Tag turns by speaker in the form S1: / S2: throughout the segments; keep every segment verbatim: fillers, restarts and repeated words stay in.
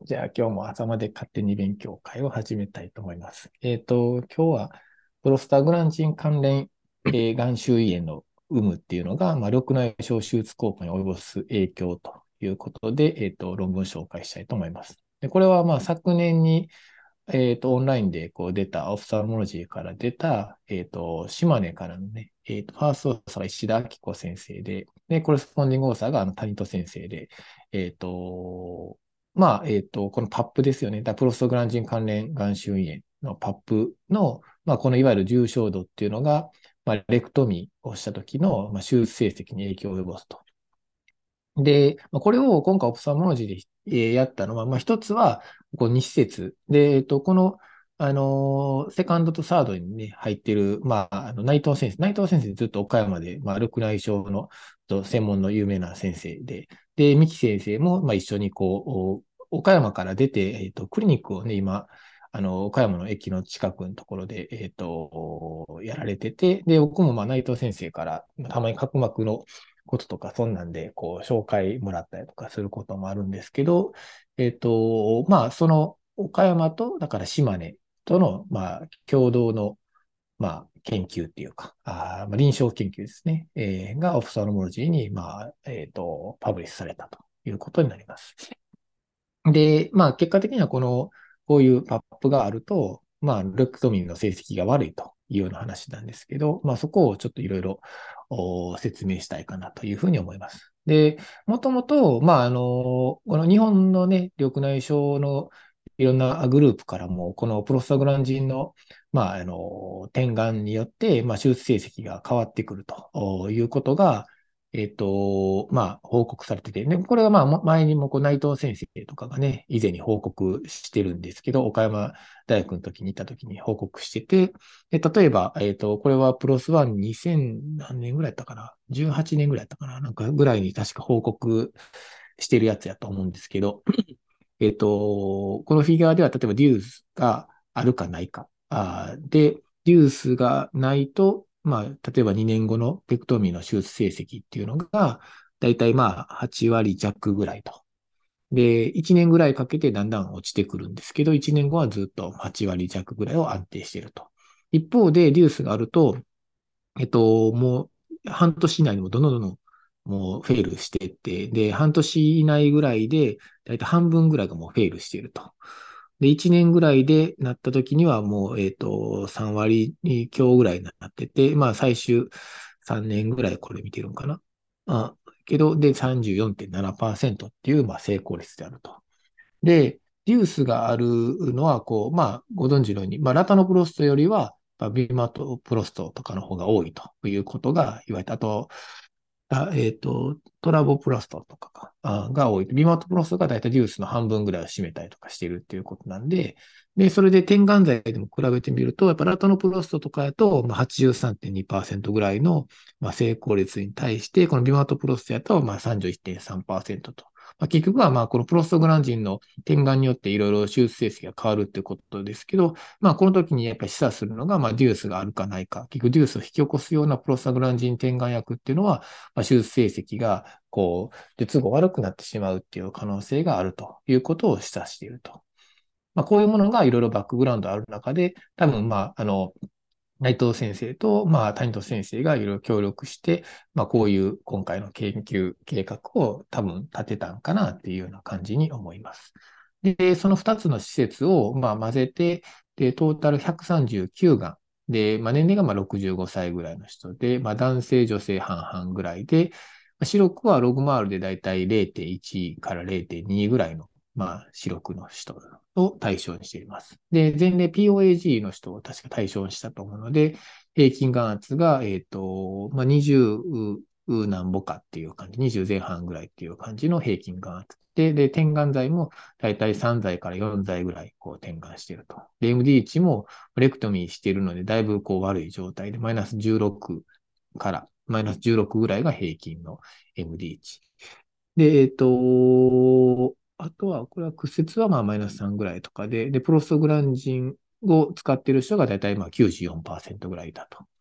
S1: じゃあ今日も朝まで勝手に勉強会を始めたいと思います。えっと、今日はプロスタグランジン関連、えー、眼周囲炎の有無っていうのが、まあ、緑内障手術効果に及ぼす影響ということで、えっと、論文紹介したいと思います。で、これはまあ昨年に、えっと、オンラインでこう出た、オフサルモロジーから出た、えっと、島根からのね、えっと、ファーストオーサーが石田明子先生で、で、コレスポンディングオーサーがあの谷戸先生で、えっと、まあ、えっと、このパップですよね。だプロストグランジン関連眼周囲炎のパップの、まあ、このいわゆる重症度っていうのが、まあ、レクトミーをした時の、まあ、手術成績に影響を及ぼすと。で、まあこれを今回オプサモロジーでえーやったのは、まあ、一つは、こうに施設。で、えっと、この、あのーセカンドとサードにね、入っている、まあ、あの、内藤先生。内藤先生ずっと岡山で、まあ、緑内障のと専門の有名な先生で、で、三木先生も、まあ、一緒にこう、お岡山から出て、えっと、クリニックをね、今、あの、岡山の駅の近くのところで、えっと、やられてて、で、僕もまあ内藤先生から、たまに角膜のこととか、そんなんで、こう、紹介もらったりとかすることもあるんですけど、えっと、まあ、その、岡山と、だから島根との、まあ、共同の、まあ、研究っていうか、あまあ、臨床研究ですね、えーがオフサルモロジーに、まあ、えっと、パブリッシュされたということになります。で、まあ、結果的にはこの、こういうパップがあると、まあ、ルクトミンの成績が悪いというような話なんですけど、まあ、そこをちょっといろいろ説明したいかなというふうに思います。で、もともと、まあ、あの、この日本のね、緑内障のいろんなグループからも、このプロスタグランジンの、まあ、あの、点眼によって、まあ、手術成績が変わってくるということが、えっと、まあ、報告されてて、で、これはまあ、前にもこう内藤先生とかがね、以前に報告してるんですけど、岡山大学の時に行った時に報告してて、で、例えば、えっと、これはプロスワンにせん何年ぐらいやったかな？ じゅうはち 年ぐらいやったかななんかぐらいに確か報告してるやつやと思うんですけど、えっと、このフィギュアでは、例えばデュースがあるかないか。あで、デュースがないと、まあ、例えばにねんごのペクトミーの手術成績っていうのが、だいたいまあはち割弱ぐらいと。で、いちねんぐらいかけてだんだん落ちてくるんですけど、いちねんごはずっとはち割弱ぐらいを安定していると。一方で、デュースがあると、えっと、もう半年以内にもどんどんどんどんもうフェイルしていって、で、半年以内ぐらいで、だいたい半分ぐらいがもうフェイルしていると。で、いちねんぐらいでなった時にはもう、えっと、さん割強ぐらいになってて、まあ最終さんねんぐらいこれ見てるんかな。あ、けど、で、さんじゅうよんてんななパーセントっていう、まあ成功率であると。で、デュースがあるのは、こう、まあ、ご存知のように、まあ、ラタノプロストよりは、まあビマトプロストとかの方が多いということが言われた。あと、あえっと、トラボプラストとかかあが多い。ビマトプロストがだいたいデュースの半分ぐらいを占めたりとかしているっていうことなんで、で、それで点眼剤でも比べてみると、やっぱラタノプロストとかだと、まあ、はちじゅうさんてんにパーセントぐらいの、まあ、成功率に対して、このビマトプロストやと、まあ、さんじゅういってんさんパーセントと。まあ、結局は、まあ、このプロストグランジンの点眼によっていろいろ手術成績が変わるっていうことですけど、まあ、この時にやっぱり示唆するのが、まあ、デュースがあるかないか。結局、デュースを引き起こすようなプロスタグランジン点眼薬っていうのは、まあ、手術成績が、こう、術後悪くなってしまうっていう可能性があるということを示唆していると。まあ、こういうものがいろいろバックグラウンドある中で、多分、まあ、あの、内藤先生と、まあ、谷戸先生がいろいろ協力して、まあ、こういう今回の研究計画を多分立てたんかなっていうような感じに思います。で、そのふたつの施設を、まあ、混ぜて、で、トータルひゃくさんじゅうきゅうがん。で、まあ、年齢がまあろくじゅうごさいぐらいの人で、まあ、男性、女性半々ぐらいで、まあ視力はログマールでだいたいれいてんいちかられいてんにぐらいの、まあ、視力の人を対象にしています。で、前例 ピーオーエージー の人を確か対象にしたと思うので、平均眼圧が、えっと、まあ、にじゅう何歩かっていう感じ、にじゅう前半ぐらいっていう感じの平均眼圧で、で、点眼剤もだいたいさん剤からよん剤ぐらいこう点眼していると。で、エムディー 値もレクトミーしているので、だいぶこう悪い状態で、マイナスじゅうろくからマイナスじゅうろくぐらいが平均の エムディー 値。で、えっと、あとは、これは屈折はまあマイナスさんぐらいとかで、で、プロストグランジンを使っている人がだいたいまあきゅうじゅうよんパーセントぐらいだと。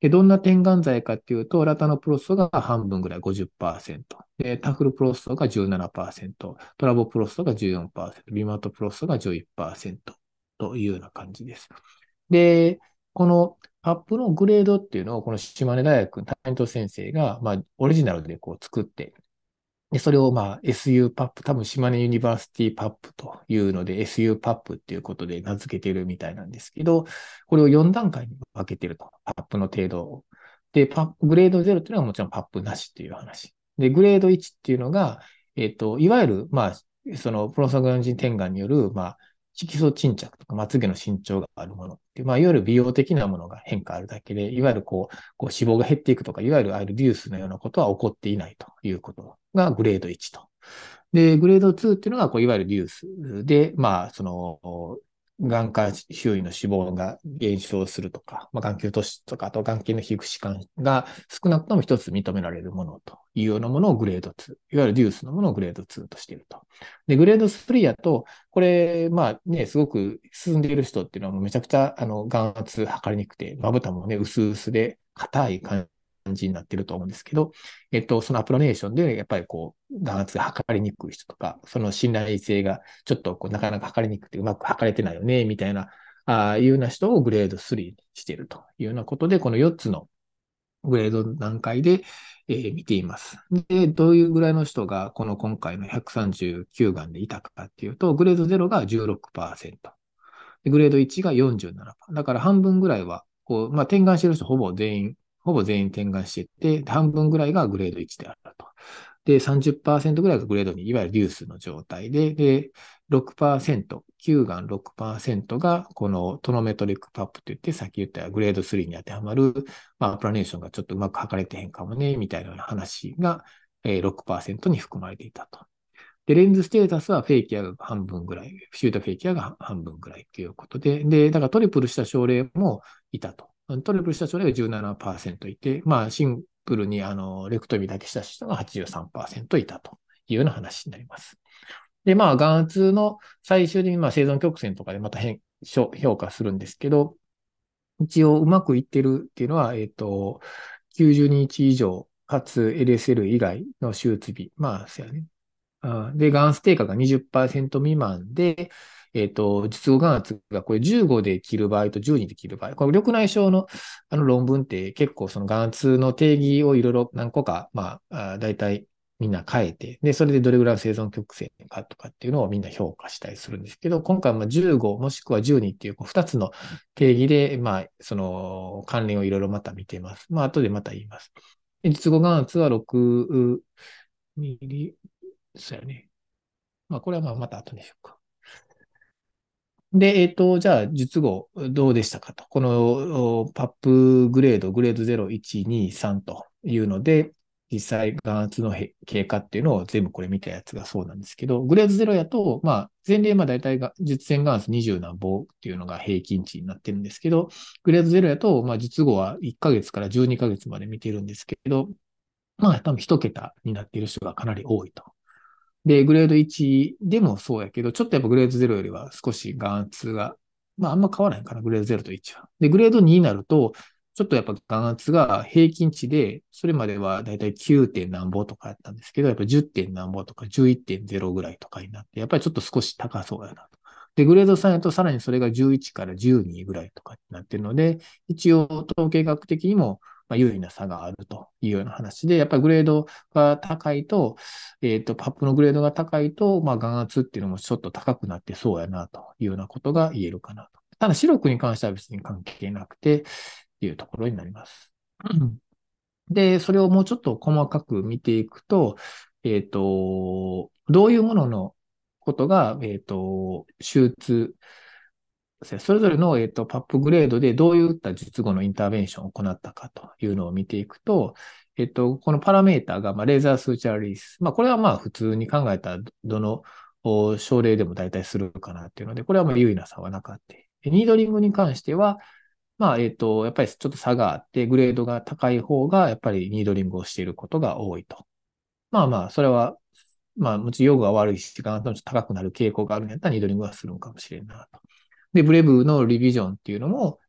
S1: で、どんな点眼剤かっていうと、ラタノプロストが半分ぐらい、ごじゅっパーセント。で、タフルプロストがじゅうななパーセント。トラボプロストがじゅうよんパーセント。ビマトプロストがじゅういちパーセント。というような感じです。で、このパップのグレードっていうのを、この島根大学の担当先生が、まあ、オリジナルでこう作って、で、それをまあ エスユー パップ、多分島根ユニバーシティパップというので エスユー パップっていうことで名付けているみたいなんですけど、これをよん段階に分けていると。パップの程度を。で、パップ、グレードゼロっていうのはもちろんパップなしっていう話。で、グレードいちっていうのが、えっと、いわゆる、まあ、そのプロスタグランジン点眼による、まあ、色素沈着とかまつげの伸長があるものっていう、まあ、いわゆる美容的なものが変化あるだけで、いわゆるこう、こう脂肪が減っていくとか、いわゆるアイルデュースのようなことは起こっていないということがグレードいちと。で、グレードツーっていうのが、こう、いわゆるリュースで、まあ、その、眼下周囲の脂肪が減少するとか、まあ、眼球突出とか、あと眼球の皮膚疾患が少なくとも一つ認められるものというようなものをグレードツー、いわゆるリュースのものをグレードツーとしていると。で、グレードスリーやと、これ、まあね、すごく進んでいる人っていうのはもうめちゃくちゃ、あの、眼圧測りにくくて、まぶたもね、薄々で硬い感じになっていると思うんですけど、えっと、そのアプロネーションで、やっぱりこう、眼圧が測りにくい人とか、その信頼性がちょっとこうなかなか測りにくくてうまく測れてないよね、みたいな、ああいうような人をグレードスリーにしているというようなことで、このよっつのグレード段階で、えー見ています。で、どういうぐらいの人がこの今回のひゃくさんじゅうきゅうがんでいたかっていうと、グレードゼロがじゅうろくパーセント。でグレードいちがよんじゅうななパーセント。だから半分ぐらいは、こう、まあ、点眼してる人ほぼ全員、ほぼ全員点眼してて、半分ぐらいがグレードいちであると。で、さんじゅっパーセントぐらいがグレードに、いわゆるデュースの状態で、で、ろくパーセント、きゅうがんろくパーセントが、このトノメトリックパップといって、さっき言ったグレードスリーに当てはまる、まあ、プラネーションがちょっとうまく測れてへんかもね、みたいな話が、えー、ろくパーセントに含まれていたと。で、レンズステータスはフェイキアが半分ぐらい、シュートフェイキアが半分ぐらいということで、で、だからトリプルした症例もいたと。トリプルした症例がじゅうななパーセントいて、まあ、シンプルにあの、レクトミだけした人がはちじゅうさんパーセントいたというような話になります。で、まあ、眼圧の最終的にまあ生存曲線とかでまた変評価するんですけど、一応うまくいってるっていうのは、えっと、きゅうじゅうにち以上、かつ エルエスエル 以外の手術日。まあ、そうやね。あで、眼圧低下がにじゅっパーセント未満で、えっと、実後眼圧がこれじゅうごで切る場合とじゅうにで切る場合。これ緑内障のあの論文って結構その眼圧の定義をいろいろ何個か、まあ、あ大体みんな変えて、で、それでどれぐらい生存曲線かとかっていうのをみんな評価したりするんですけど、今回はじゅうごもしくはじゅうにっていうこうふたつの定義で、まあ、その関連をいろいろまた見ています。まあ、後でまた言います。実後眼圧はろくミリ、そうやね。まあ、これはまあまた後にしようか。で、えっと、じゃあ、術後どうでしたかと。このパップグレード、グレードゼロ、いち、に、さんというので、実際眼圧の経過っていうのを全部これ見たやつがそうなんですけど、グレードゼロやと、まあ、前例まあ大体が実践眼圧にじゅう何歩っていうのが平均値になってるんですけど、グレードゼロやと、まあ、術後はいっかげつからじゅうにかげつまで見てるんですけど、まあ、多分一桁になっている人がかなり多いと。で、グレードいちでもそうやけど、ちょっとやっぱグレードゼロよりは少し眼圧が、まああんま変わらないかな、グレードゼロといちは。で、グレードにになると、ちょっとやっぱ眼圧が平均値で、それまではだいたいきゅう. 点何歩とかやったんですけど、やっぱじゅってん何歩とかじゅういってんゼロぐらいとかになって、やっぱりちょっと少し高そうやなと。で、グレードさんやとさらにそれがじゅういちからじゅうにぐらいとかになってるので、一応統計学的にもまあ有利な差があるというような話で、やっぱりグレードが高いと、えっと、パップのグレードが高いと、まあ、眼圧っていうのもちょっと高くなってそうやなというようなことが言えるかなと。ただ、視力に関しては別に関係なくてっていうところになります。で、それをもうちょっと細かく見ていくと、えっと、どういうもののことが、えっと、手術、それぞれの、えっと、パップグレードでどういった術後のインターベンションを行ったかというのを見ていくと、えっと、このパラメータが、まあ、レーザースーチャーリリース。まあ、これはまあ、普通に考えたら、どのお症例でも大体するかなっていうので、これはまあ、有意な差はなかった。ニードリングに関しては、まあ、えっと、やっぱりちょっと差があって、グレードが高い方が、やっぱりニードリングをしていることが多いと。まあまあ、それは、まあ、もちろん用具が悪いし、時間が高くなる傾向があるんやったら、ニードリングはするのかもしれんなと。で、ブレブのリビジョンっていうのも、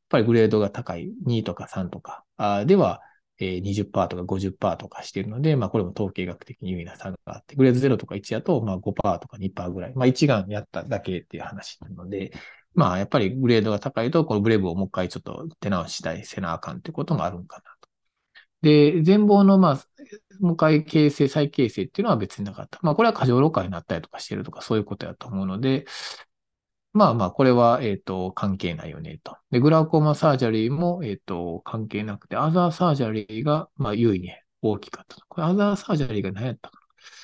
S1: ぱりグレードが高いにとかさんとかあでは、えー、にじゅっパーセントとかごじゅっパーセントとかしているので、まあこれも統計学的に有意な差があって、グレードゼロとかいちだと、まあごパーセントとかにパーセントぐらい、まあ一眼やっただけっていう話なので、まあやっぱりグレードが高いと、このブレイブをもう一回ちょっと手直ししたいせなあかんってこともあるんかなと。で、全貌のまあ、もう一回形成、再形成っていうのは別になかった。まあこれは過剰老化になったりとかしてるとかそういうことだと思うので、まあまあ、これは、えっと、関係ないよね、と。で、グラウコーマサージャリーも、えっと、関係なくて、アザーサージャリーが、まあ、優位に大きかったと。これ、アザーサージャリーが何やったか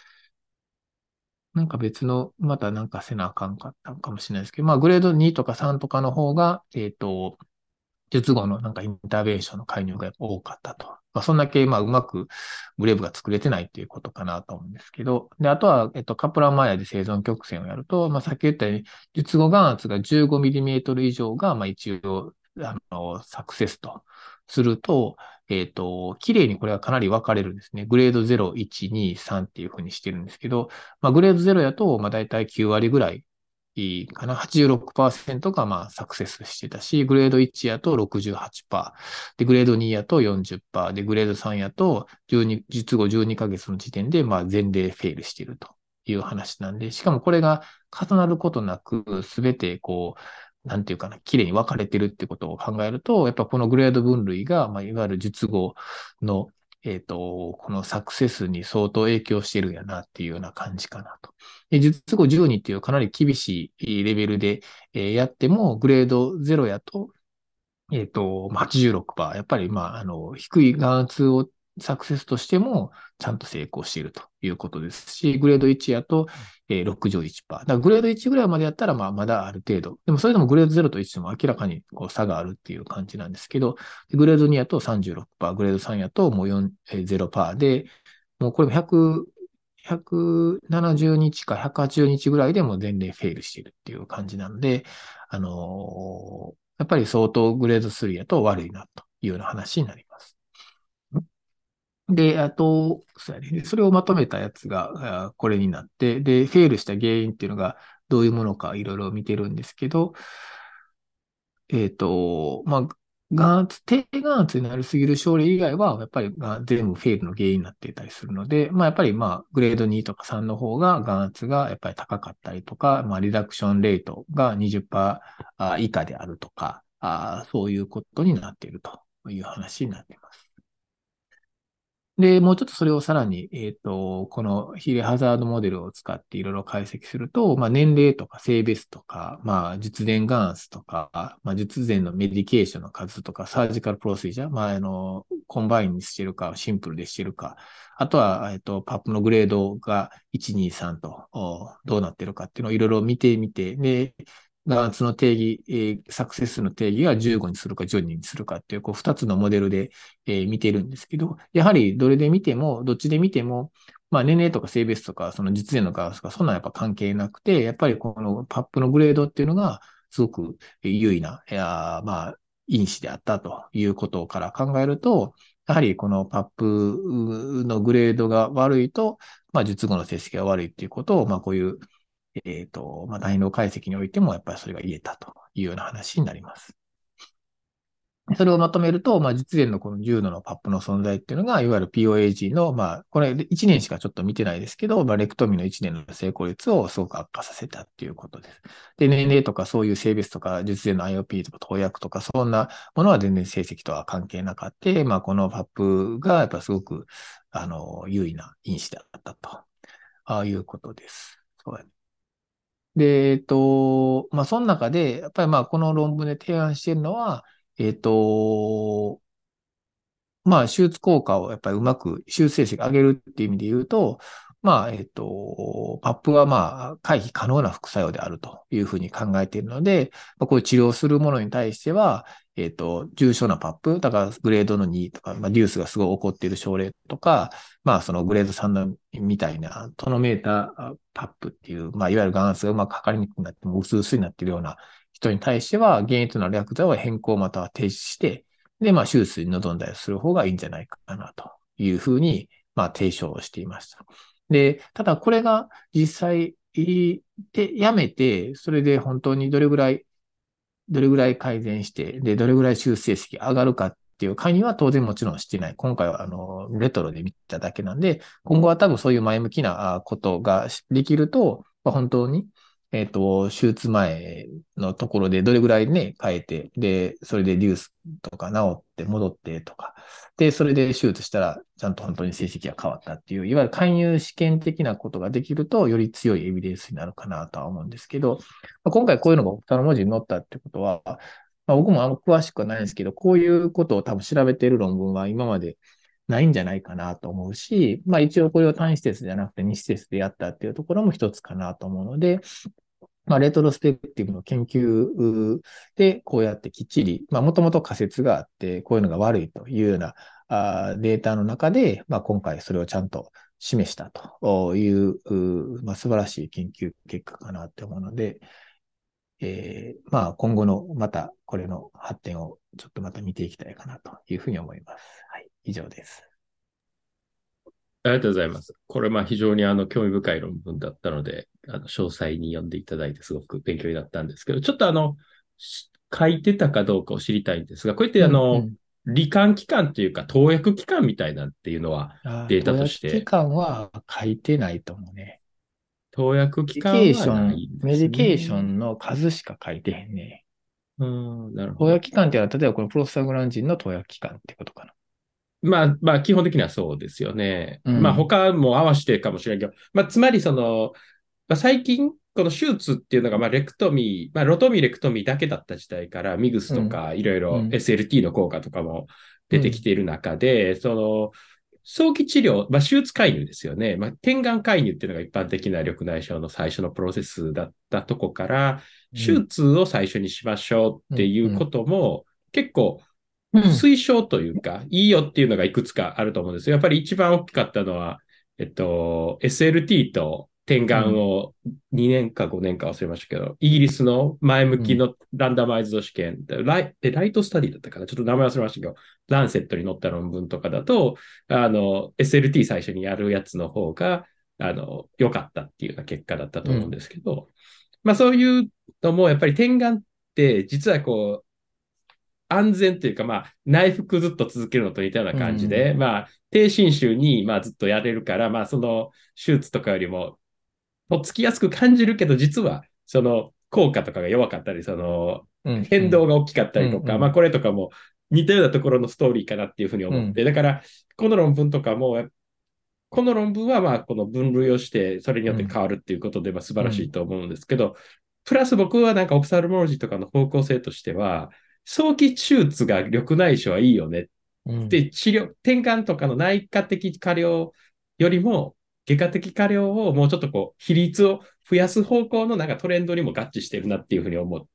S1: な。なんか別の、またなんかせなあかんかったかもしれないですけど、まあ、グレードにとかさんとかの方が、えっと、術後のなんかインターベンションの介入が多かったと。まあ、そんだけ、まあ、うまくブレイブが作れてないっていうことかなと思うんですけど。で、あとは、えっと、カプランマイヤーで生存曲線をやると、まあ、さっき言ったように、術後眼圧が じゅうごミリメートル 以上が、まあ、一応、あの、サクセスとすると、えっと、綺麗にこれはかなり分かれるんですね。グレードゼロ、いち、に、さんっていうふうにしてるんですけど、まあ、グレードゼロやと、まあ、だいたいきゅう割ぐらいいいかな。はちじゅうろくパーセントがまあサクセスしてたし、グレードいちやと ろくじゅうはちパーセント、で、グレードにやと よんじゅっパーセント、で、グレードさんやとじゅうに、術後じゅうにかげつの時点でまあ前例フェイルしているという話なんで、しかもこれが重なることなく、すべてこう、なんていうかな、綺麗に分かれてるってことを考えると、やっぱこのグレード分類が、まあ、いわゆる術後のえっと、このサクセスに相当影響してるんやなっていうような感じかなと。で、術後じゅうにっていうかなり厳しいレベルで、えーやっても、グレードゼロやと、えっと、はちじゅうろくパーセント。やっぱり、まあ、あの、低い眼圧をサクセスとしても、ちゃんと成功しているということですし、グレードいちやと、えー、ろくじゅういちパーセント。だからグレードいちぐらいまでやったら、まあ、まだある程度。でも、それでもグレードゼロといちでも明らかにこう差があるっていう感じなんですけど、グレードにやとさんじゅうろくパーセント、グレードさんやともうよん、えー、ゼロパーセントで、もうこれもひゃく、ひゃくななじゅうにちかひゃくはちじゅうにちぐらいでも前例フェイルしているっていう感じなので、あのーやっぱり相当グレードスリーやと悪いなというような話になります。で、あと、そうやね、それをまとめたやつがあこれになって、で、フェイルした原因っていうのがどういうものかいろいろ見てるんですけど、えっと、まあ、眼圧、低眼圧になりすぎる症例以外は、やっぱりが全部フェイルの原因になっていたりするので、まあ、やっぱりまあ、グレードにとかさんの方が眼圧がやっぱり高かったりとか、まあ、リダクションレートがにじゅっパーセント以下であるとか、あそういうことになっているという話になっています。で、もうちょっとそれをさらに、えっと、このヒレハザードモデルを使っていろいろ解析すると、まあ、年齢とか性別とか、まあ、術前眼圧とか、まあ、術前のメディケーションの数とか、サージカルプロシージャー、まあ、あの、コンバインにしてるか、シンプルでしてるか、あとは、えっと、パップのグレードがいち、に、さんと、どうなってるかっていうのをいろいろ見てみて、で、眼圧の定義、えーサクセスの定義がじゅうごにするかじゅうににするかっていう、こう、二つのモデルで、えー見てるんですけど、やはりどれで見ても、どっちで見ても、まあ年齢とか性別とか、その実演のガラスとか、そんなやっぱ関係なくて、やっぱりこのパップのグレードっていうのが、すごく優位な、いやまあ、因子であったということから考えると、やはりこのパップのグレードが悪いと、まあ術後の成績が悪いっていうことを、まあこういう、えっと、まあ大脳解析においても、やっぱりそれが言えたというような話になります。それをまとめると、まあ、実演のこの重度のパップの存在っていうのが、いわゆる ピーオーエージー の、まあ、これいちねんしかちょっと見てないですけど、まあ、レクトミのいちねんの成功率をすごく悪化させたっていうことです。で、年齢とかそういう性別とか、実演の アイオーピー とか投薬とか、そんなものは全然成績とは関係なかった。まあ、このパップがやっぱすごく、あの、優位な因子だったと、ああいうことです。そうやね。で、えっと、まあ、その中で、やっぱりまあ、この論文で提案しているのは、えっと、まあ、手術効果をやっぱりうまく、手術成績上げるっていう意味で言うと、まあ、えっと、パップはまあ、回避可能な副作用であるというふうに考えているので、まあ、こういう治療するものに対しては、えっと、重症なパップ、だからグレードのにとか、まあ、デュースがすごい起こっている症例とか、まあ、そのグレードさんのみたいなトノメーターパップっていう、まあ、いわゆる眼圧がうまく測りにくくなっても薄々になっているような人に対しては、原因となる薬剤を変更または停止して、で、まあ、手術に臨んだりする方がいいんじゃないかなというふうに、まあ、提唱していました。で、ただこれが実際でやめて、それで本当にどれぐらいどれぐらい改善して、で、どれぐらい修正式上がるかっていう介入は当然もちろんしてない。今回は、あの、レトロで見ただけなんで、今後は多分そういう前向きなあことができると、まあ本当に、えっと、手術前のところでどれぐらいね、変えて、で、それでリュースとか治って戻ってとか、で、それで手術したら、ちゃんと本当に成績が変わったっていう、いわゆる介入試験的なことができると、より強いエビデンスになるかなとは思うんですけど、まあ今回こういうのが他の文字に載ったってことは、まあ、僕もあんま詳しくはないんですけど、こういうことを多分調べている論文は今までないんじゃないかなと思うし、まあ一応これを単施設じゃなくて二施設でやったっていうところも一つかなと思うので、まあ、レトロスペクティブの研究で、こうやってきっちり、まあ、もともと仮説があって、こういうのが悪いというようなあデータの中で、まあ、今回それをちゃんと示したという、まあ、素晴らしい研究結果かなって思うので、えー、まあ、今後のまたこれの発展をちょっとまた見ていきたいかなというふうに思います。はい、以上です。
S2: ありがとうございます。これ、まあ、非常にあの興味深い論文だったので、あの詳細に読んでいただいて、すごく勉強になったんですけど、ちょっとあの、書いてたかどうかを知りたいんですが、こうやって
S1: う
S2: あの、
S1: んうん。
S2: 罹患期間というか、投薬期間みたいなっていうのは、
S1: あ、
S2: データ
S1: 投薬期
S2: として、
S1: 間は書いてないと思うね。
S2: 投薬期
S1: メディケ
S2: 間は
S1: ーション、
S2: ないんで
S1: メデ
S2: す
S1: ィケーショ
S2: ね。
S1: ンの数しか書いてへんね。
S2: うん、なるほ
S1: 投薬
S2: ど。
S1: 期間っていうのは、例えばこのプロスタグランジンの投薬期間ってことかな。
S2: まあ、まあ、基本的にはそうですよね。まあ、
S1: うん。
S2: 他も合わせてかもしれんけど、まあ、つまりその、まあ、最近、この手術っていうのが、まあ、レクトミー、まあ、ロトミー、レクトミーだけだった時代から、ミグス
S1: うん。
S2: とか、いろいろ
S1: うん。
S2: エスエルティー の効果とかも出てき
S1: うん。
S2: ている中で、その、早期治療、まあ、手術介入ですよね。まあ、点眼介入っていうのが一般的な緑内障の最初のプロセスだったとこから、手
S1: うん。
S2: 術を最初にしましょうって
S1: うん。
S2: いうこ
S1: うん。
S2: とも、結構
S1: うん。
S2: 推奨というか、いいよっていうのがいくつかあると思うんですよ。やっぱり一番大きかったのは、えっと、エスエルティー と点
S1: うん。
S2: 眼をにねんかごねんか忘れましたけど、イギリスの前向
S1: うん。
S2: きのランダマイズド試験、ライえライトスタディだったかな、ちょっと名前忘れましたけど、ランセットに載った論文とかだと、あの、エスエルティー 最初にやるやつの方が、あの、良かったっていうような結果だったと思うん
S1: うん。
S2: ですけど、まあそういうのも、やっぱり点眼って実はこう、安全というか、まあ、内服ずっと続けるのと似たような
S1: うん。
S2: 感じで、まあ、低侵襲に、まあ、ずっとやれるから、まあ、その、手術とかよりも、とっつきやすく感じるけど、実は、その、効果とかが弱かったり、その、
S1: うん。うん。
S2: 変動が大きかった
S1: うん。
S2: りとか、まあ、
S1: うん。
S2: これとかも似たようなところのストーリーかなっていうふうに思って、
S1: うん。
S2: だから、この論文とかも、この論文は、まあ、この分類をして、それによって変わるっていうことで、まあ、素晴らしい
S1: うん。
S2: と思うんですけど、プラス僕はなんかオプサルモロジーとかの方向性としては、早期手術が緑内障はいいよね。
S1: うん。
S2: で、治療、転換とかの内科的加療よりも、外科的加療をもうちょっとこう、比率を増やす方向のなんかトレンドにも合致してるなっていうふうに思って、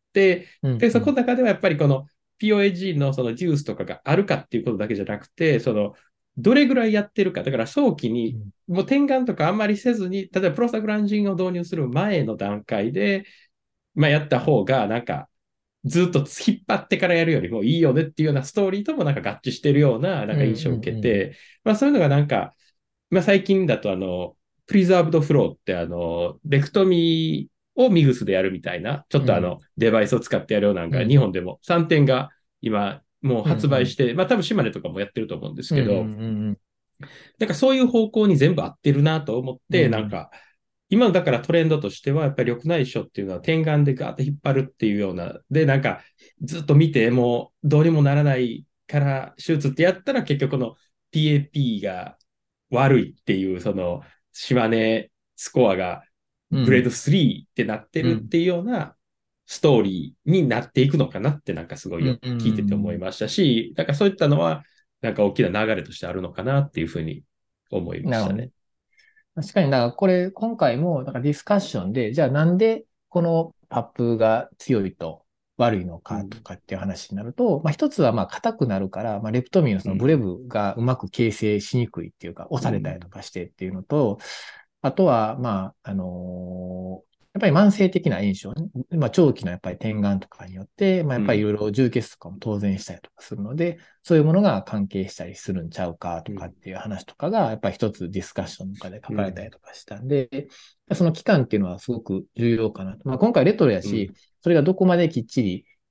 S2: で、そこ
S1: うん。
S2: の中ではやっぱりこの ピーオーエージー のそのデュースとかがあるかっていうことだけじゃなくて、その、どれぐらいやってるか。だから早期に、
S1: うん。
S2: もう点眼とかあんまりせずに、例えばプロスタグランジンを導入する前の段階で、まあ、やった方が、なんか、ずっと引っ張ってからやるよりもいいよねっていうようなストーリーともなんか合致してるようななん
S1: うん。
S2: か印象を
S1: うん。
S2: 受けて、まあそういうのがなんか、まあ最近だとあの、プリザーブドフローってあの、レクトミーをミグスでやるみたいな、ちょっ
S1: うん。
S2: とあの、デバイスを使ってやるようなのが日
S1: うん。
S2: 本でもさんてんが今もう
S1: うん。うん。
S2: 発売して、まあ多分島根とかもやってると思うんです
S1: うん。
S2: けど、
S1: うん。
S2: なんかそういう方向に全部合ってるなと思って、なん
S1: うん。
S2: か、今だからトレンドとしては、やっぱり緑内障っていうのは点眼でガーッと引っ張るっていうような、で、なんかずっと見て、もうどうにもならないから手術ってやったら結局この ピーエーピー が悪いっていう、その島根スコアがグレード
S1: うん。
S2: スリーってなって
S1: うん。
S2: るっていうようなストーリーになっていくのかなってなんかすごい
S1: うん。う
S2: 聞いてて思い
S1: ん。
S2: ましたし、なんかそういったのはなんか大きな流れとしてあるのかなっていうふうに思いま
S1: なるほどね。
S2: したね。
S1: 確かに、だからこれ、今回も、だからディスカッションで、じゃあなんでこのパップが強いと悪いの
S2: うん。
S1: かとかっていう話になると、まあ一つはまあ硬くなるから、まあレプトミンのそのブレ
S2: うん。
S1: ブがうまく形成しにくいっていうか、押されたりと
S2: うん。
S1: かしてっていうのと、あとは、まあ、あのーやっぱり慢性的な炎症、まあ、長期のやっぱり点眼とかによって、まあ、やっぱりい
S2: うん。
S1: ろいろ充血とかも当然したりとかするので、そういうものが関係したりするんちゃうかとかっていう話とかが、やっぱり一つディスカッションとかで書かれたり
S2: うん。
S1: とかしたんで、その期間っていうのはすごく重要かなと。まあ、今回レトロや
S2: うん。
S1: し、それがどこまできっちり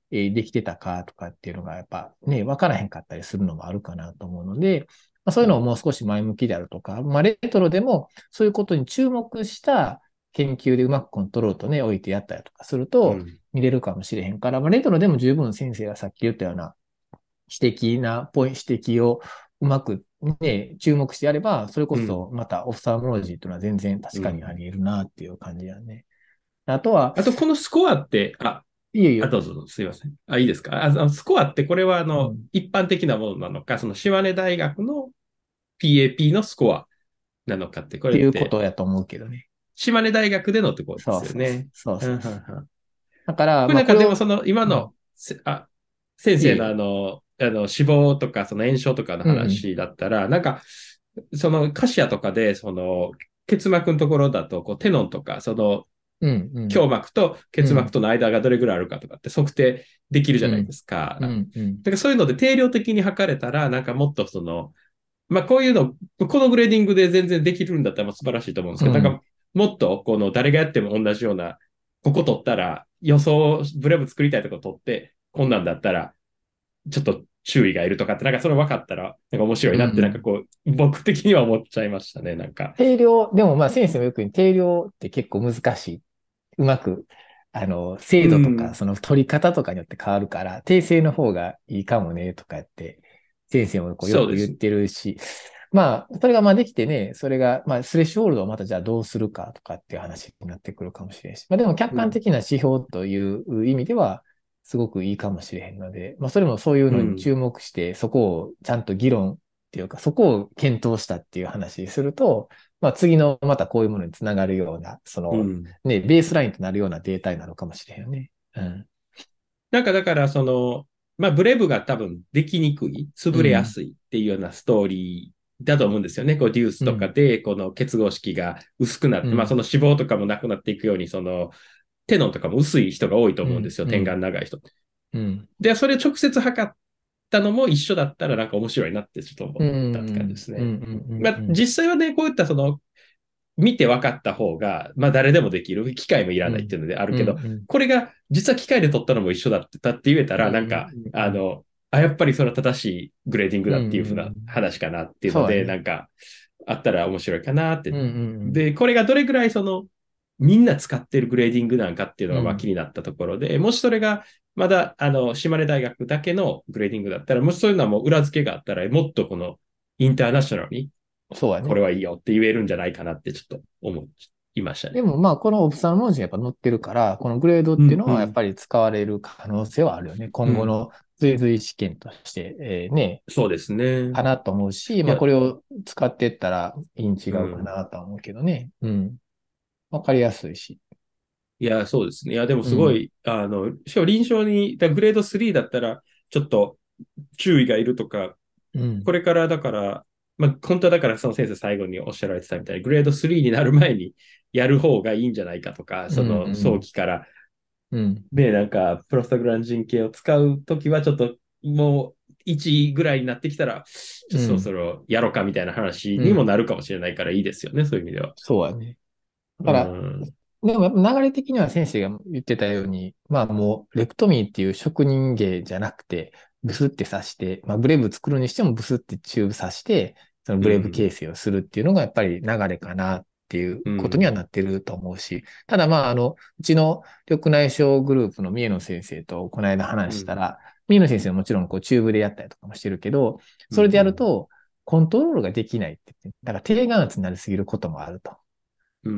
S1: えーできてたかとかっていうのがやっぱね、わからへんかったりするのもあるかなと思うので、まあ、そういうのをもう少し前向きであるとか、まあ、レトロでもそういうことに注目した研究でうまくコントロールとね、置いてやったりとかすると
S2: うん。
S1: 見れるかもしれへんから、まあ、レトロでも十分先生がさっき言ったような指摘なポイント、指摘をうまくね、注目してやれば、それこ
S2: うん。
S1: そまたオフサーモロジーというのは全然確かにあ
S2: うん。
S1: り得るなっていう感じだね。あとは、
S2: あと、このスコアって、あ、あ、
S1: いえいえ、
S2: どうぞどうぞ、すいません。あ、いいですか。あ、あのスコアってこれは、あの、
S1: うん、
S2: 一般的なものなのか、その島根大学の ピーエーピー のスコアなのかって、こ
S1: っていうこ
S2: れって、
S1: とやと思うけどね。
S2: 島根大学でのってことで
S1: そうそうそう。
S2: すよね。
S1: そう
S2: うんうん
S1: そうそう。
S2: うん。
S1: だから、
S2: これなんか
S1: まあこれを、
S2: でもその今
S1: うん、
S2: の、せあ、先生のあ
S1: いえいえ、
S2: の、あの死亡とかその炎症とかの
S1: うん、
S2: 話だったら、なんか、そのカシアとかで、その結膜のところだと、こうテノンとか、その
S1: うん、うん、
S2: 胸膜と
S1: うん、
S2: 結膜との間がどれぐらいあるかとかって測定できるじゃないで
S1: うん、
S2: すか。だ
S1: うん、うん、
S2: からそういうので定量的に測れたら、なんかもっとその、まあこういうの、このグレーディングで全然できるんだったら素晴らしいと思うんですけど、なん
S1: うん、
S2: かもっとこの誰がやっても同じような、ここ取ったら予想、ブレブ作りたいとこ取って、こんなんだったらちょっと注意がいるとかって、なんかそれ分かったら、なんか面白い
S1: う
S2: なって、なんか
S1: ん。
S2: こう、僕的には思っちゃいましたね、なんか。
S1: 定量、でもまあ先生もよく言う定量って結構難しい。うまく、あの、精
S2: う
S1: 度とか、
S2: ん、
S1: その取り方とかによって変わるから、定性の方がいいかもね、とかって、先生もこうよ
S2: そうですね。
S1: く言ってるし、まあ、それがまあできてね、それが、まあ、スレッシュホールドをまたじゃあどうするかとかっていう話になってくるかもしれんし、まあでも客
S2: うん、
S1: 観的な指標という意味では、すごくいいかもしれへんので、まあそれもそういうのに
S2: うん、
S1: 注目して、そこをちゃんと議論っていうか、そこを検討したっていう話にすると、まあ次のまたこういうものにつながるような、その
S2: うん。
S1: ね、ベースラインとなるようなデータになるかもしれへんよね。うん。
S2: なんかだから、その、まあ、ブレブが多分できにくい、潰れや
S1: うん。
S2: すいっていうようなストーリーだと思うんですよね。こう、デュースとか
S1: うん。
S2: で、この結合式が薄くなって、まあ、そ
S1: うん。
S2: の脂肪とかもなくなっていくように、その、テノンとかも薄い人が多いと
S1: うん。
S2: 思うんですよ。点眼
S1: うん。
S2: 長い人。
S1: うん。
S2: で、それを直接測ったのも一緒だったらなんか面白いなってちょっと思
S1: う
S2: ったって感じで
S1: ん。うん。
S2: すね。
S1: うん。
S2: まあ、
S1: うん。
S2: 実際はね、こういったその、見て分かった方が、まあ誰でもできる、機械もいら
S1: うん。
S2: ないっていうのである
S1: うん。
S2: けど、
S1: うん。
S2: これが実は機械で撮ったのも一緒だったって言えたら、なん
S1: うん。
S2: か、
S1: うん。
S2: あの、あ、やっぱりそれは正しいグレーディング
S1: うん。
S2: だっていうふうな
S1: うん。
S2: 話かなっていうので、な
S1: そうだね。
S2: んか、あったら面白いかなって。
S1: うん。うん。
S2: で、これがどれぐらいその、みんな使ってるグレーディングなんかっていうのがまあ気
S1: うん。
S2: になったところで、もしそれがまだ、あの、島根大学だけのグレーディングだったら、もしそういうのはもう裏付けがあったら、もっとこのインターナショナルに
S1: そうだね。
S2: これはいいよって言えるんじゃないかなってちょっと思いましたね。
S1: でもまあ、このオプサン文字がやっぱ載ってるから、このグレードっていう
S2: うんうん。
S1: のはやっぱり使われる可能性はあるよね。
S2: うん。
S1: 今後の追随試験として、えーね、
S2: そうですね。
S1: かなと思うし、まあ、
S2: いや、
S1: これを使っていったらいいん違うか
S2: うん。
S1: なとは思うけどね。うん。わかりやすいし。
S2: いや、そうですね。いや、でも
S1: うん。
S2: すごい、あの、しかも臨床に、だグレードスリーだったら、ちょっと注意がいるとか、
S1: うん。
S2: これからだから、まあ、本当はだからその先生最後におっしゃられてたみたいに、グレードスリーになる前にやる方がいいんじゃないかとか、
S1: うん。
S2: その早
S1: うん。
S2: 期から、
S1: うん。
S2: で、なんか、プロスタグランジン系を使うときは、ちょっともういちぐらいになってきたら、ちょっとそろそ
S1: うん。
S2: ろやろうかみたいな話
S1: うん。
S2: にもなるかもしれないからいいですよね、そういう意味では。
S1: そうだね。だ
S2: う
S1: から、
S2: ん。
S1: でもやっぱ流れ的には先生が言ってたように、まあもう、レクトミーっていう職人芸じゃなくて、ブスって刺して、まあブレーブ作るにしてもブスってチューブ刺して、そのブレーブ
S2: うん。
S1: 形成をするっていうのがやっぱり流れかなっていうことには
S2: うん。
S1: なってると思うし、ただまああの、うちの緑内障グループの三重野先生とこの間
S2: うん。
S1: 話したら、三重野先生はもちろんこうチューブでやったりとかもしてるけど、
S2: うん。う
S1: それでやる
S2: ん。
S1: とコントロールができないって言って、だから低眼圧になりすぎることもあると。
S2: うん。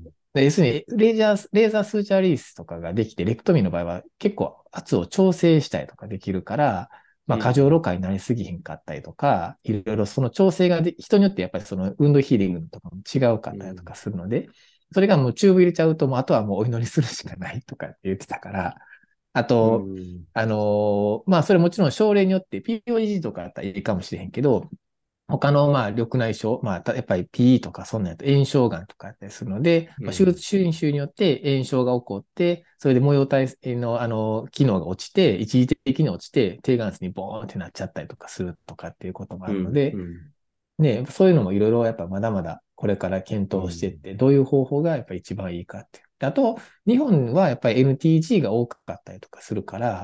S1: で要するに、レーザー、レーザースーチャーリースとかができて、レクトミーの場合は結構圧を調整したりとかできるから、まあ、過剰ろ過になりすぎひんかったりとか、いろいろその調整がで、人によってやっぱりその運動ヒーリングとかも違うか
S2: うん。
S1: ったりとかするので、それがもうチューブ入れちゃうと、もうあとはもうお祈りするしかないとかって言ってたから、あ
S2: う
S1: と、
S2: ん。
S1: あのーまあ、それもちろん症例によって ピーオージー とかだったらいいかもしれへんけど、他の、まあ、緑内障、まあ、たやっぱり ピーイー とかそんなんやと炎症がんとかやったりするので、まあ、手術
S2: うん。
S1: 侵襲によって炎症が起こって、それで模様体の、あの、機能が落ちて、一時的に落ちて、低眼圧にボーンってなっちゃったりとかするとかっていうこともあ
S2: うん。
S1: るので、
S2: うん。
S1: ね、そういうのもいろいろやっぱまだまだこれから検
S2: うん。
S1: 討していって、どういう方法がやっぱり一番いいかって。あと、日本はやっぱり エヌティージー が多かったりとかするから、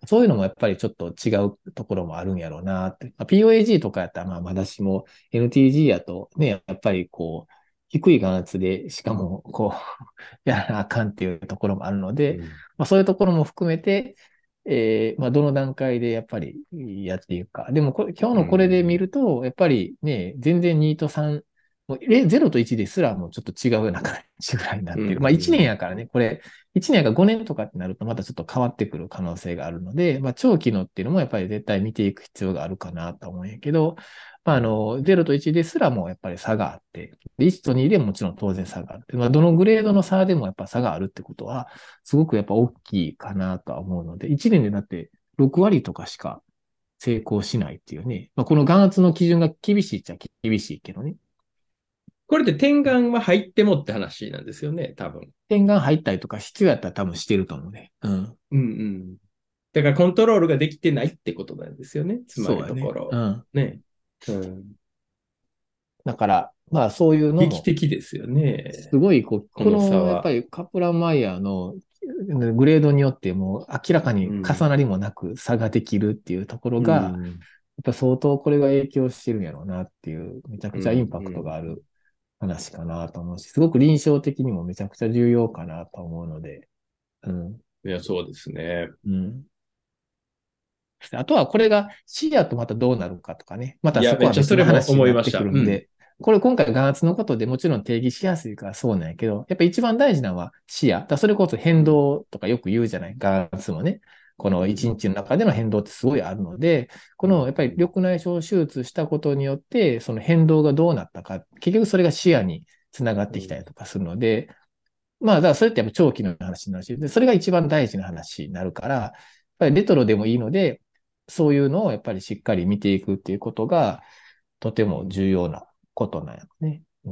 S1: そういうのもやっぱりちょっと違うところもあるんやろうなって。まあ、ピーオーエージー とかやったらまあまだしも エヌティージー やとね、やっぱりこう、低い眼圧で、しかもこう、やらなあかんっていうところもあるので、
S2: うん。
S1: まあそういうところも含めて、えーまあどの段階でやっぱりやっていくか。でもこれ今日
S2: う
S1: のこれで見
S2: ん。
S1: ると、やっぱりね、全然にとさん、もうえゼロといちですらもちょっと違うような感じぐらいになっ
S2: う
S1: ている。まあいちねん
S2: ん。
S1: やからね、これいちねんかごねんとかってなるとまたちょっと変わってくる可能性があるので、まあ長期のっていうのもやっぱり絶対見ていく必要があるかなと思うんやけど、まああの、ゼロといちですらもやっぱり差があって、でいちとにでももちろん当然差があって、まあどのグレードの差でもやっぱ差があるってことは、すごくやっぱ大きいかなとは思うので、いちねんでだってろく割とかしか成功しないっていうね。まあこの眼圧の基準が厳しいっちゃ厳しいけどね。
S2: これで点眼は入ってもって話なんですよね、多分。
S1: 点眼入ったりとか必要やったら多分してると思うね。うん。
S2: うんうん。だからコントロールができてないってことなんですよね。つまり
S1: そうやね。う
S2: ところ。
S1: ん。
S2: ね。うん。
S1: だから、まあそういうの
S2: 劇
S1: も、
S2: 的ですよね。
S1: すごいこう、
S2: この差
S1: このやっぱ
S2: は。
S1: りカプランマイヤーのグレードによっても明らかに重
S2: うん。
S1: なりもなく差ができるっていうところ
S2: う
S1: が、や
S2: ん。
S1: っぱ相当これが影響してるんやろうなっていう、めちゃ
S2: うん。
S1: くちゃインパクト
S2: うん。
S1: がある話かなと思うし、すごく臨床的にもめちゃくちゃ重要かなと思うので、うん。
S2: いや、そうですね。
S1: うん。あとはこれが視野とまたどうなるかとかね。ま
S2: いや、
S1: たそこは
S2: めっちゃそれも
S1: 別の話になってく
S2: 思いました。うん。
S1: るんで、これ今回眼圧のことでもちろん定義しやすいからそうなんやけど、やっぱ一番大事なのは視野。だからそれこそ変
S2: うん。
S1: 動とかよく言うじゃない。眼圧もね。この
S2: うん。
S1: 一日の中での変動ってすごいあるので、こ
S2: うん。
S1: のやっぱり緑内障手術したことによって、その変動がどうなったか、結局それが視野につながってきたり
S2: うん。
S1: とかするので、まあ、だからそれってやっぱ長期の話になるし、で、それが一番大事な話になるから、やっぱりレトロでもいいので、そういうのをやっぱりしっかり見ていくっていうことが、とても
S2: うん。
S1: 重要なことなんやね。うん。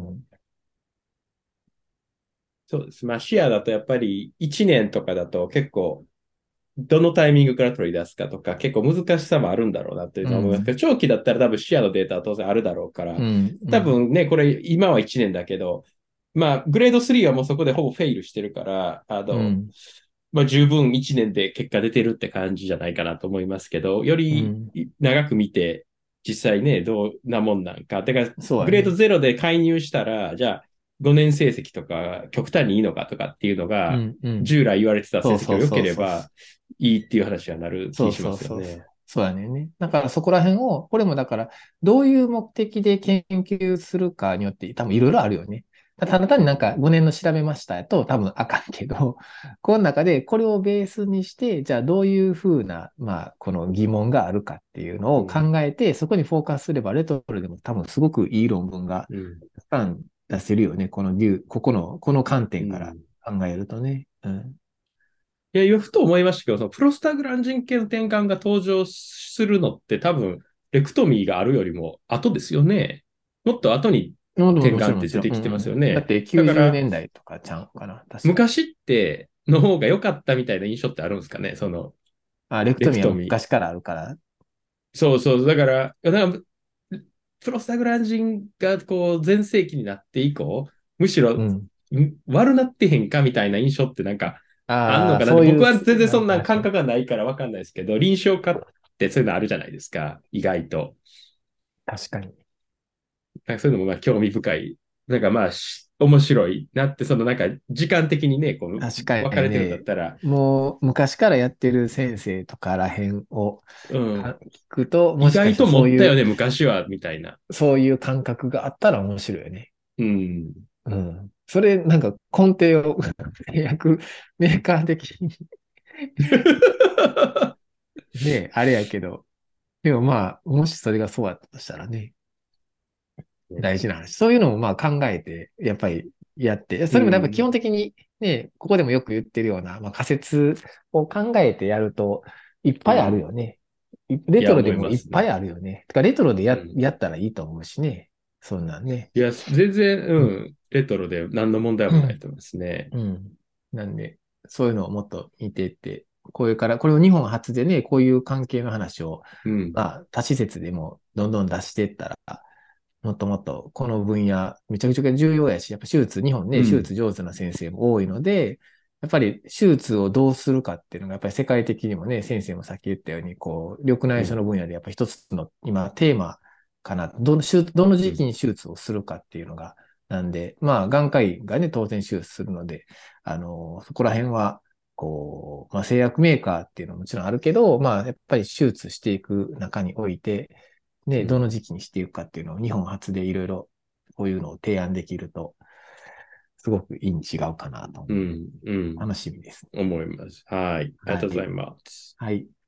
S2: そうです。まあ、視野だとやっぱりいちねんとかだと結構、どのタイミングから取り出すかとか、結構難しさもあるんだろうなという
S1: うん。
S2: のは思いますけど、長期だったら多分視野のデータは当然あるだろうから、
S1: うん。うん。
S2: 多分ね、これ今はいちねんだけど、まあ、グレードスリーはもうそこでほぼフェイルしてるから、あの、
S1: うん。
S2: まあ、十分いちねんで結果出てるって感じじゃないかなと思いますけど、より
S1: うん。
S2: 長く見て、実際ね、どうなもんなんか。てか、グレード
S1: そうやね。
S2: ゼロで介入したら、じゃあ、ごねん成績とか極端にいいのかとかっていうのが、
S1: うん。うん。
S2: 従来言われてた成
S1: そうそう
S2: 績が良
S1: そうそう。
S2: ければいいっていう話はなる
S1: そう
S2: 気しま
S1: そうそうそう。
S2: すよね。
S1: そうやねんね。だからそこら辺を、これもだから、どういう目的で研究するかによって多分いろいろあるよね。ただ単になんか
S2: うん。
S1: ごねんの調べましたやと多分あかんけど、この中でこれをベースにして、じゃあどういうふうな、まあ、この疑問があるかっていうのを
S2: うん。
S1: 考えて、そこにフォーカスすれば、レトロでも多分すごくいい論文が
S2: うん。
S1: たくさん出せるよね。この理由、ここの、この観点から
S2: うん。
S1: 考えるとね。うん。
S2: いや、ふと思いましたけど、そのプロスタグランジン系の転換が登場するのって多分、レクトミーがあるよりも後ですよね。もっと後に
S1: ももち
S2: 転換っ
S1: ろんもちろん。う
S2: て出てきてます
S1: んうん。
S2: よね。
S1: だって90年
S2: だから、
S1: 代とかちゃうかな。確か。
S2: 昔っての方が良かったみたいな印象ってあるんですかね。その、
S1: あ、レク
S2: レ
S1: トミは
S2: クトミー。
S1: 昔からあるから。
S2: そうそう。だから、だからプロスタグランジンがこう全盛期になって以降、むしろ
S1: うん。
S2: ん悪なってへんかみたいな印象ってなんかあんの
S1: ああ、
S2: かなって
S1: そういう、
S2: 僕は全然そんな感
S1: なんか確かに。
S2: 覚がないからわかんないですけど、臨床家ってそういうのあるじゃないですか、意外と。
S1: 確かに。
S2: なんかそういうのもまあ興味深い。なんかまあし面白いなって、そのなんか時間的にね、こう
S1: 確か
S2: 分かれてるんだっ
S1: にね、
S2: たら、
S1: もう昔からやってる先生とからへんを
S2: うん、
S1: か聞くと、もしかした
S2: 意外と
S1: らそういう、
S2: 持ったよね、昔は、みたいな。
S1: そういう感覚があったら面白いよね。
S2: うん。
S1: うん。それ、なんか根底を製薬メーカー的にね、あれやけど、でもまあ、もしそれがそうだったとしたらね、大事な話。そういうのもまあ考えて、やっぱりやって、
S2: う
S1: それもやっぱ基
S2: ん。
S1: 本的にね、ここでもよく言ってるような、まあ、仮説を考えてやるといっぱいある
S2: うん。
S1: よね。いレ
S2: いや、
S1: トロで
S2: 思いますね。
S1: もいっぱいあるよね。てか、レトロでや、
S2: うん。
S1: やったらいいと思うしね。そんなんね。
S2: いや、全然、
S1: うん。
S2: うん、レトロで何の問題もないと思いますね。
S1: うん。なんで、そういうのをもっと見ていって、これから、これを日本初でね、こういう関係の話を、
S2: うん。
S1: まあ、多施設でもどんどん出していったら、もっともっとこの分野、めちゃくちゃ重要やし、やっぱ手術、日本ね、手
S2: うん。
S1: 術上手な先生も多いので、 やっぱり手術をどうするかっていうのが、やっぱり世界的にもね、先生もさっき言ったように、こう、緑内障の
S2: うん。
S1: 分野でやっぱり一つの今テーマかな。どの、手どの
S2: うん。
S1: 時期に手術をするかっていうのが、なんで、まあ、眼科医がね、当然手術するので、あの、そこら辺は、こう、まあ、製薬メーカーっていうのももちろんあるけど、まあ、やっぱり手術していく中において、ね、どの
S2: うん。
S1: 時期にしていくかっていうのを日本初でいろいろこういうのを提案できると、すごくいいに違うかなと思う。
S2: うん。うん。
S1: 楽しみです。
S2: 思います。はい。ありがとうござい
S1: はい。
S2: ます。
S1: はい。